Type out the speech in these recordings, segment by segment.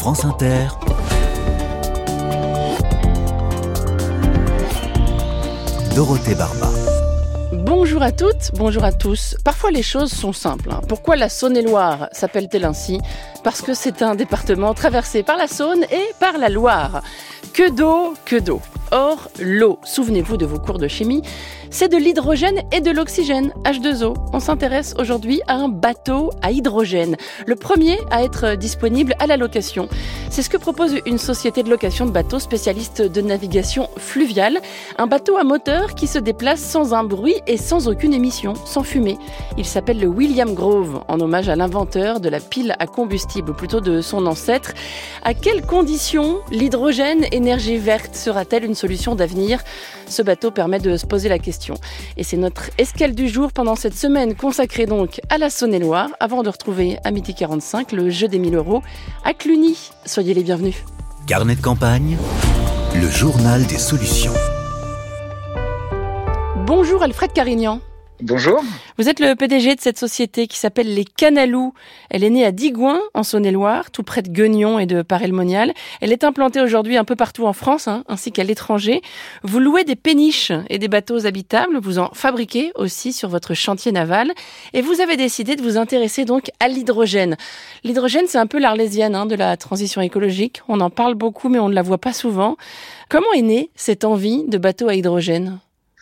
France Inter, Dorothée Barba. Bonjour à toutes, bonjour à tous. Parfois les choses sont simples. Pourquoi la Saône-et-Loire s'appelle-t-elle ainsi ? Parce que c'est un département traversé par la Saône et par la Loire. Que d'eau, que d'eau. Or, l'eau, souvenez-vous de vos cours de chimie, c'est de l'hydrogène et de l'oxygène, H2O. On s'intéresse aujourd'hui à un bateau à hydrogène, le premier à être disponible à la location. C'est ce que propose une société de location de bateaux spécialiste de navigation fluviale. Un bateau à moteur qui se déplace sans un bruit et sans aucune émission, sans fumée. Il s'appelle le William Grove, en hommage à l'inventeur de la pile à combustible, ou plutôt de son ancêtre. À quelles conditions l'hydrogène, énergie verte, sera-t-elle une solution d'avenir ? Ce bateau permet de se poser la question. Et c'est notre escale du jour pendant cette semaine consacrée donc à la Saône-et-Loire, avant de retrouver à midi 45 le jeu des 1000 € à Cluny. Soyez les bienvenus. Carnet de campagne, le journal des solutions. Bonjour Alfred Carignan. Bonjour. Vous êtes le PDG de cette société qui s'appelle Les Canalous. Elle est née à Digoin, en Saône-et-Loire, tout près de Gueugnon et de Paray-le-Monial. Elle est implantée aujourd'hui un peu partout en France, ainsi qu'à l'étranger. Vous louez des péniches et des bateaux habitables. Vous en fabriquez aussi sur votre chantier naval. Et vous avez décidé de vous intéresser donc à l'hydrogène. L'hydrogène, c'est un peu l'Arlésienne de la transition écologique. On en parle beaucoup, mais on ne la voit pas souvent. Comment est née cette envie de bateau à hydrogène ?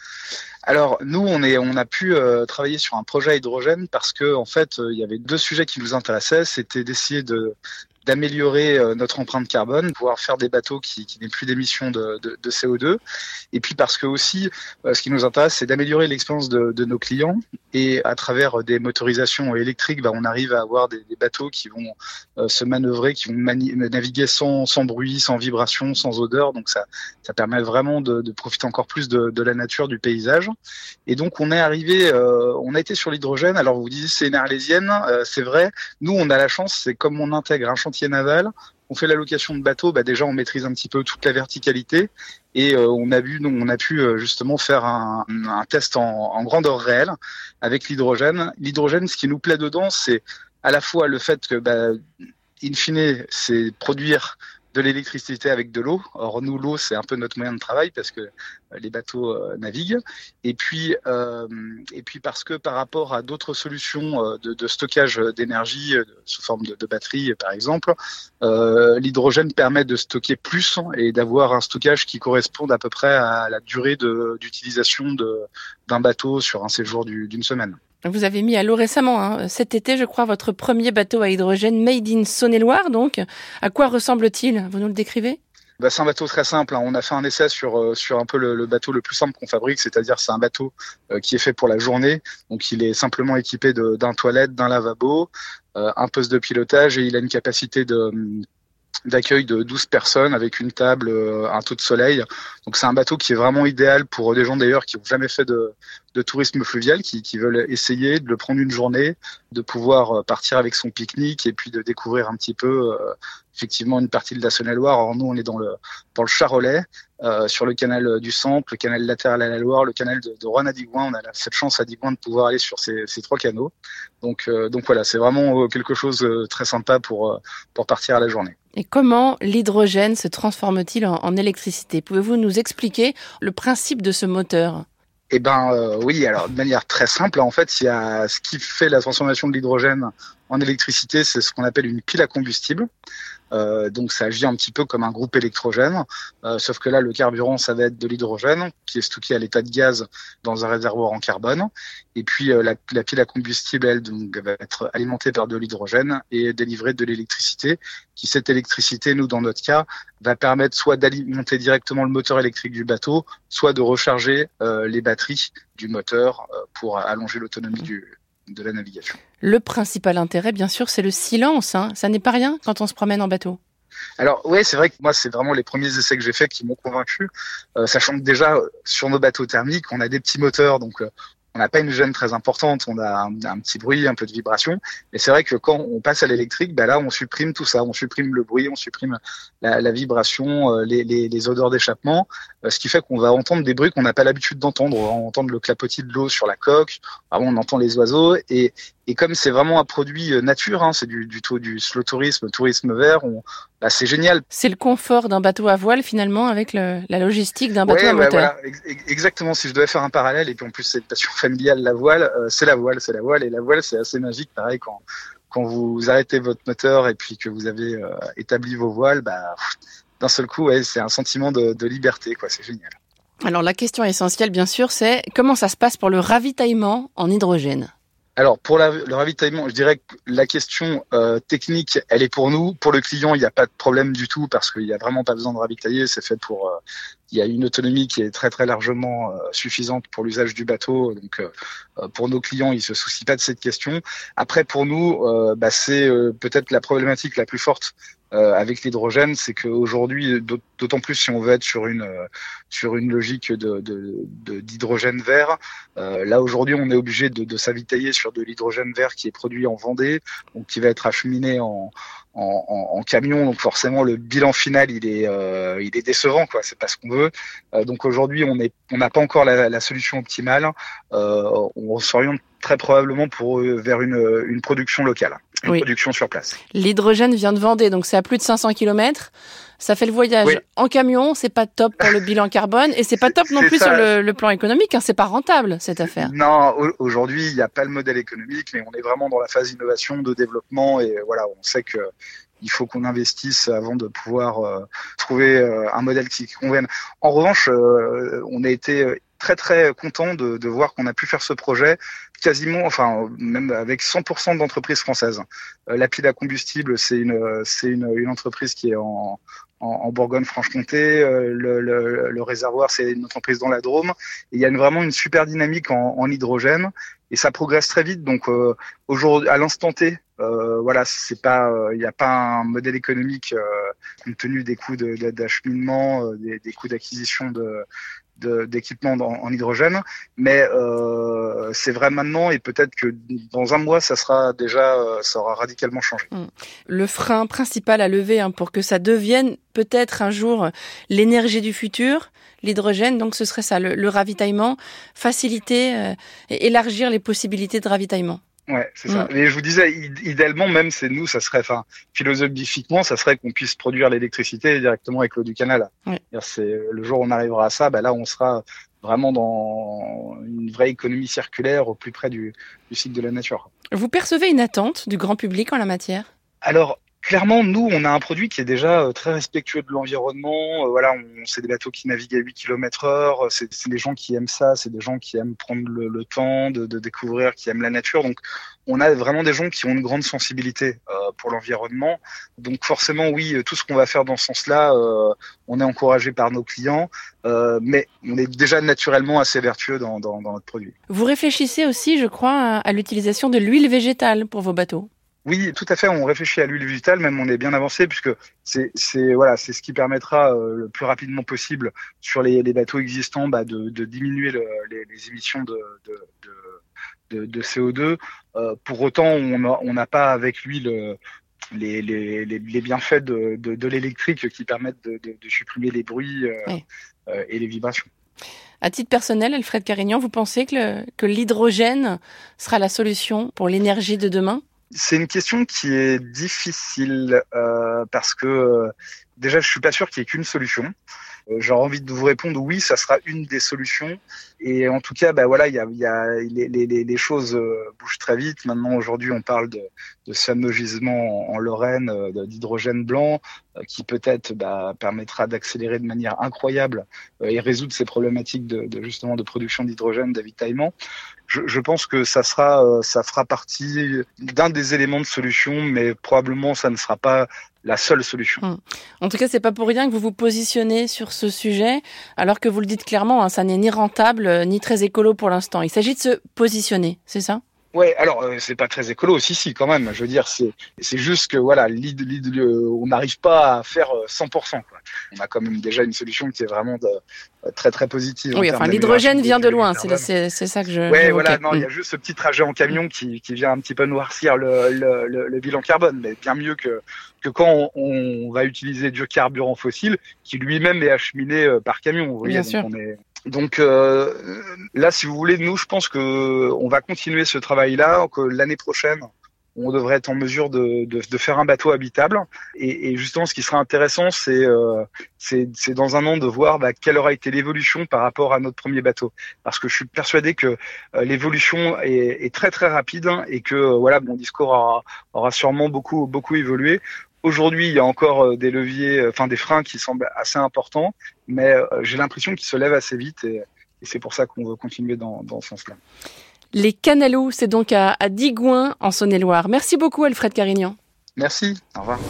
Alors nous, on a pu travailler sur un projet à hydrogène parce que en fait, il y avait deux sujets qui nous intéressaient. C'était d'essayer d'améliorer notre empreinte carbone, pouvoir faire des bateaux qui n'aient plus d'émissions de CO2. Et puis parce que aussi, ce qui nous intéresse, c'est d'améliorer l'expérience de nos clients. Et à travers des motorisations électriques, on arrive à avoir des bateaux qui vont se manœuvrer, qui vont naviguer sans bruit, sans vibration, sans odeur. Donc ça permet vraiment de profiter encore plus de la nature, du paysage. Et donc on a été sur l'hydrogène. Alors vous vous disiez c'est une arlésienne, c'est vrai. Nous on a la chance, c'est comme on intègre un chantier naval, on fait la location de bateaux, déjà on maîtrise un petit peu toute la verticalité et on a pu justement faire un test en grandeur réelle avec l'hydrogène. L'hydrogène, ce qui nous plaît dedans, c'est à la fois le fait que in fine, c'est produire de l'électricité avec de l'eau. Or nous, l'eau, c'est un peu notre moyen de travail parce que les bateaux naviguent. Et puis parce que par rapport à d'autres solutions de stockage d'énergie sous forme de batterie, par exemple, l'hydrogène permet de stocker plus et d'avoir un stockage qui corresponde à peu près à la durée d'utilisation d'un bateau sur un séjour d'une semaine. Vous avez mis à l'eau récemment, cet été, je crois, votre premier bateau à hydrogène made in Saône-et-Loire. Donc, à quoi ressemble-t-il ? Vous nous le décrivez ? C'est un bateau très simple. On a fait un essai sur un peu le bateau le plus simple qu'on fabrique, c'est-à-dire c'est un bateau qui est fait pour la journée. Donc, il est simplement équipé d'un toilette, d'un lavabo, un poste de pilotage et il a une capacité d'accueil de 12 personnes avec une table, un taux de soleil. Donc c'est un bateau qui est vraiment idéal pour des gens d'ailleurs qui n'ont jamais fait de tourisme fluvial, qui veulent essayer de le prendre une journée, de pouvoir partir avec son pique-nique et puis de découvrir un petit peu effectivement une partie de la Saône-et-Loire. Alors nous on est dans le Charolais, sur le canal du Sample, le canal latéral à la Loire, le canal de Roanne à Digoin. On a cette chance à Digoin de pouvoir aller sur ces trois canaux. Donc voilà, c'est vraiment quelque chose de très sympa pour partir à la journée. Et comment l'hydrogène se transforme-t-il en électricité ? Pouvez-vous nous expliquer le principe de ce moteur ? Oui, alors de manière très simple, en fait, il y a ce qui fait la transformation de l'hydrogène en électricité, c'est ce qu'on appelle une pile à combustible. Donc ça agit un petit peu comme un groupe électrogène, sauf que là le carburant ça va être de l'hydrogène qui est stocké à l'état de gaz dans un réservoir en carbone, et puis la pile à combustible elle donc va être alimentée par de l'hydrogène et délivrer de l'électricité, qui cette électricité nous dans notre cas va permettre soit d'alimenter directement le moteur électrique du bateau, soit de recharger les batteries du moteur pour allonger l'autonomie de la navigation. Le principal intérêt, bien sûr, c'est le silence. Ça n'est pas rien quand on se promène en bateau. Alors oui, c'est vrai que moi, c'est vraiment les premiers essais que j'ai faits qui m'ont convaincu, sachant que déjà, sur nos bateaux thermiques, on a des petits moteurs, donc on n'a pas une gêne très importante, on a un petit bruit, un peu de vibration. Mais c'est vrai que quand on passe à l'électrique, là, on supprime tout ça. On supprime le bruit, on supprime la vibration, les odeurs d'échappement, ce qui fait qu'on va entendre des bruits qu'on n'a pas l'habitude d'entendre. On va entendre le clapotis de l'eau sur la coque, on entend les oiseaux et Et comme c'est vraiment un produit nature, c'est du slow tourisme vert, c'est génial. C'est le confort d'un bateau à voile finalement avec la logistique d'un bateau à moteur. Voilà, exactement. Si je devais faire un parallèle, et puis en plus c'est une passion familiale, la voile, c'est la voile, et la voile c'est assez magique. Pareil quand vous arrêtez votre moteur et puis que vous avez établi vos voiles, d'un seul coup, c'est un sentiment de liberté, quoi. C'est génial. Alors la question essentielle, bien sûr, c'est comment ça se passe pour le ravitaillement en hydrogène ? Alors pour le ravitaillement, je dirais que la question technique, elle est pour nous. Pour le client, il n'y a pas de problème du tout parce qu'il n'y a vraiment pas besoin de ravitailler. C'est fait pour. Il y a une autonomie qui est très très largement suffisante pour l'usage du bateau. Donc pour nos clients, ils se soucient pas de cette question. Après pour nous, c'est peut-être la problématique la plus forte avec l'hydrogène, c'est qu'aujourd'hui, d'autant plus si on veut être sur une logique d'hydrogène vert, là aujourd'hui on est obligé de s'avitailler sur de l'hydrogène vert qui est produit en Vendée, donc qui va être acheminé en camion, donc forcément le bilan final il est décevant, quoi. C'est pas ce qu'on veut. Donc aujourd'hui on n'a pas encore la solution optimale. On s'oriente très probablement vers une production locale, production sur place. L'hydrogène vient de Vendée, donc c'est à plus de 500 km. Ça fait le voyage en camion, c'est pas top pour le bilan carbone et c'est pas top non plus sur le plan économique, c'est pas rentable cette affaire. Non, aujourd'hui, il n'y a pas le modèle économique, mais on est vraiment dans la phase d'innovation, de développement et voilà, on sait que il faut qu'on investisse avant de pouvoir trouver un modèle qui convienne. En revanche, on a été très très content de voir qu'on a pu faire ce projet quasiment, même avec 100% d'entreprises françaises. La pile à combustible, c'est une entreprise qui est en Bourgogne-Franche-Comté. Le réservoir, c'est une entreprise dans la Drôme. Et il y a vraiment une super dynamique en hydrogène et ça progresse très vite. Donc aujourd'hui, à l'instant T, c'est pas, il n'y a pas un modèle économique compte tenu des coûts d'acheminement, des coûts d'acquisition d'équipements en hydrogène, mais c'est vrai maintenant et peut-être que dans un mois ça aura radicalement changé. Le frein principal à lever pour que ça devienne peut-être un jour l'énergie du futur, l'hydrogène, donc ce serait ça, le ravitaillement, faciliter et élargir les possibilités de ravitaillement. Ouais, c'est ça. Mais je vous disais, idéalement, même, ça serait, philosophiquement, ça serait qu'on puisse produire l'électricité directement avec l'eau du canal. Ouais. C'est le jour où on arrivera à ça, là, on sera vraiment dans une vraie économie circulaire au plus près du cycle de la nature. Vous percevez une attente du grand public en la matière ? Alors, clairement, nous, on a un produit qui est déjà très respectueux de l'environnement. C'est des bateaux qui naviguent à 8 km/h. C'est des gens qui aiment ça. C'est des gens qui aiment prendre le temps de découvrir, qui aiment la nature. Donc, on a vraiment des gens qui ont une grande sensibilité pour l'environnement. Donc, forcément, oui, tout ce qu'on va faire dans ce sens-là, on est encouragé par nos clients. Mais on est déjà naturellement assez vertueux dans notre produit. Vous réfléchissez aussi, je crois, à l'utilisation de l'huile végétale pour vos bateaux. Oui, tout à fait. On réfléchit à l'huile végétale, même on est bien avancé puisque c'est ce qui permettra le plus rapidement possible sur les bateaux existants de diminuer les émissions de CO2. Pour autant, on n'a pas avec l'huile les bienfaits de l'électrique qui permettent de supprimer les bruits et les vibrations. À titre personnel, Alfred Carignan, vous pensez que l'hydrogène sera la solution pour l'énergie de demain ? C'est une question qui est difficile parce que déjà je suis pas sûr qu'il y ait qu'une solution. J'aurais envie de vous répondre oui, ça sera une des solutions. Et en tout cas, les choses bougent très vite. Maintenant, aujourd'hui, on parle de ce fameux gisement en Lorraine d'hydrogène blanc qui peut-être permettra d'accélérer de manière incroyable et résoudre ces problématiques justement de production d'hydrogène, d'avitaillement. Je pense que ça fera partie d'un des éléments de solution, mais probablement ça ne sera pas la seule solution. En tout cas, c'est pas pour rien que vous vous positionnez sur ce sujet, alors que vous le dites clairement, ça n'est ni rentable ni très écolo pour l'instant. Il s'agit de se positionner, c'est ça ? Ouais, alors c'est pas très écolo, si quand même. Je veux dire, c'est juste que on n'arrive pas à faire 100%. Quoi. On a quand même déjà une solution qui est vraiment très très positive. Oui, l'hydrogène vient de loin, c'est ça que je. Ouais, voilà, non, il y a juste ce petit trajet en camion qui vient un petit peu noircir le bilan carbone, mais bien mieux que quand on va utiliser du carburant fossile qui lui-même est acheminé par camion. Vous voyez, bien sûr. Donc là, si vous voulez, nous, je pense que on va continuer ce travail-là, que l'année prochaine, on devrait être en mesure de faire un bateau habitable. Et justement, ce qui sera intéressant, c'est dans un an de voir quelle aura été l'évolution par rapport à notre premier bateau. Parce que je suis persuadé que l'évolution est très très rapide et que mon discours aura sûrement beaucoup évolué. Aujourd'hui, il y a encore des leviers, des freins qui semblent assez importants, mais j'ai l'impression qu'ils se lèvent assez vite et c'est pour ça qu'on veut continuer dans ce sens-là. Les Canaloux, c'est donc à Digoin, en Saône-et-Loire. Merci beaucoup, Alfred Carignan. Merci, au revoir.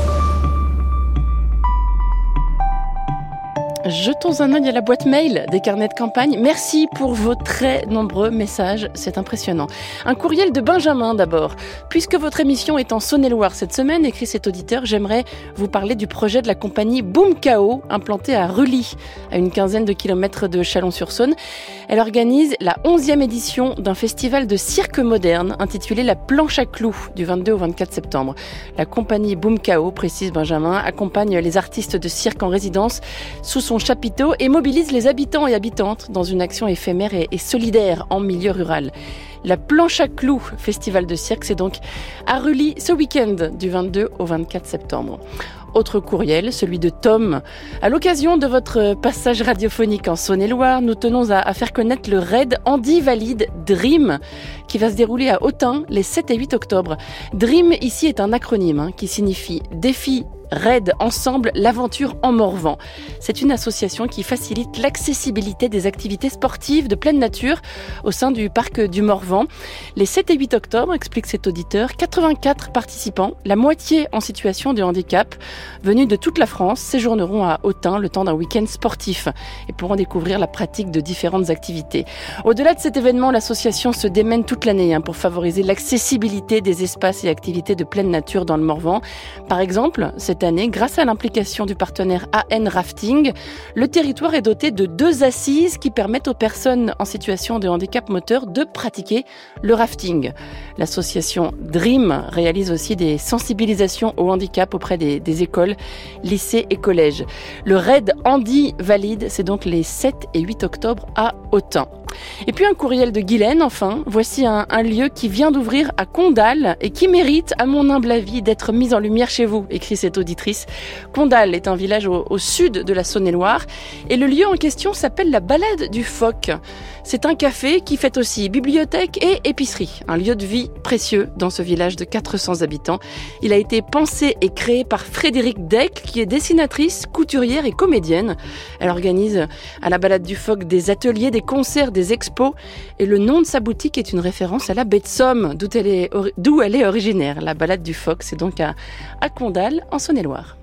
Jetons un œil à la boîte mail des carnets de campagne. Merci pour vos très nombreux messages, c'est impressionnant. Un courriel de Benjamin d'abord. Puisque votre émission est en Saône-et-Loire cette semaine, écrit cet auditeur, j'aimerais vous parler du projet de la compagnie Boomkao, implantée à Rully, à une quinzaine de kilomètres de Chalon-sur-Saône. Elle organise la 11e édition d'un festival de cirque moderne intitulé La Planche à Clous du 22 au 24 septembre. La compagnie Boomkao, précise Benjamin, accompagne les artistes de cirque en résidence sous son chapiteau et mobilise les habitants et habitantes dans une action éphémère et solidaire en milieu rural. La Planche à Clous, festival de cirque, c'est donc à Rully ce week-end du 22 au 24 septembre. Autre courriel, celui de Tom. À l'occasion de votre passage radiophonique en Saône-et-Loire, nous tenons à faire connaître le raid Andy Valide Dream qui va se dérouler à Autun les 7 et 8 octobre. Dream ici est un acronyme qui signifie défi Raid Ensemble, l'aventure en Morvan. C'est une association qui facilite l'accessibilité des activités sportives de pleine nature au sein du parc du Morvan. Les 7 et 8 octobre, explique cet auditeur, 84 participants, la moitié en situation de handicap, venus de toute la France, séjourneront à Autun le temps d'un week-end sportif et pourront découvrir la pratique de différentes activités. Au-delà de cet événement, l'association se démène toute l'année pour favoriser l'accessibilité des espaces et activités de pleine nature dans le Morvan. Par exemple, cette année, grâce à l'implication du partenaire AN Rafting, le territoire est doté de 2 assises qui permettent aux personnes en situation de handicap moteur de pratiquer le rafting. L'association Dream réalise aussi des sensibilisations au handicap auprès des écoles, lycées et collèges. Le raid Andy Valide, c'est donc les 7 et 8 octobre à Autun. Et puis un courriel de Guylaine, enfin. Voici un lieu qui vient d'ouvrir à Condal et qui mérite, à mon humble avis, d'être mis en lumière chez vous, écrit cette auditrice. Condal est un village au sud de la Saône-et-Loire et le lieu en question s'appelle la Balade du Phoque. C'est un café qui fait aussi bibliothèque et épicerie. Un lieu de vie précieux dans ce village de 400 habitants. Il a été pensé et créé par Frédéric Deck, qui est dessinatrice, couturière et comédienne. Elle organise à la Balade du Phoque des ateliers, des concerts, des expos. Et le nom de sa boutique est une référence à la baie de Somme, d'où elle est originaire. La Balade du Phoque, c'est donc à Condal, en Saône-et-Loire.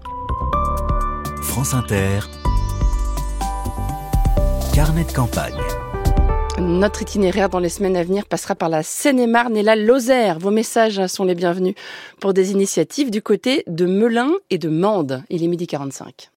France Inter, carnet de campagne. Notre itinéraire dans les semaines à venir passera par la Seine-et-Marne et la Lozère. Vos messages sont les bienvenus pour des initiatives du côté de Melun et de Mende. Il est 12h45.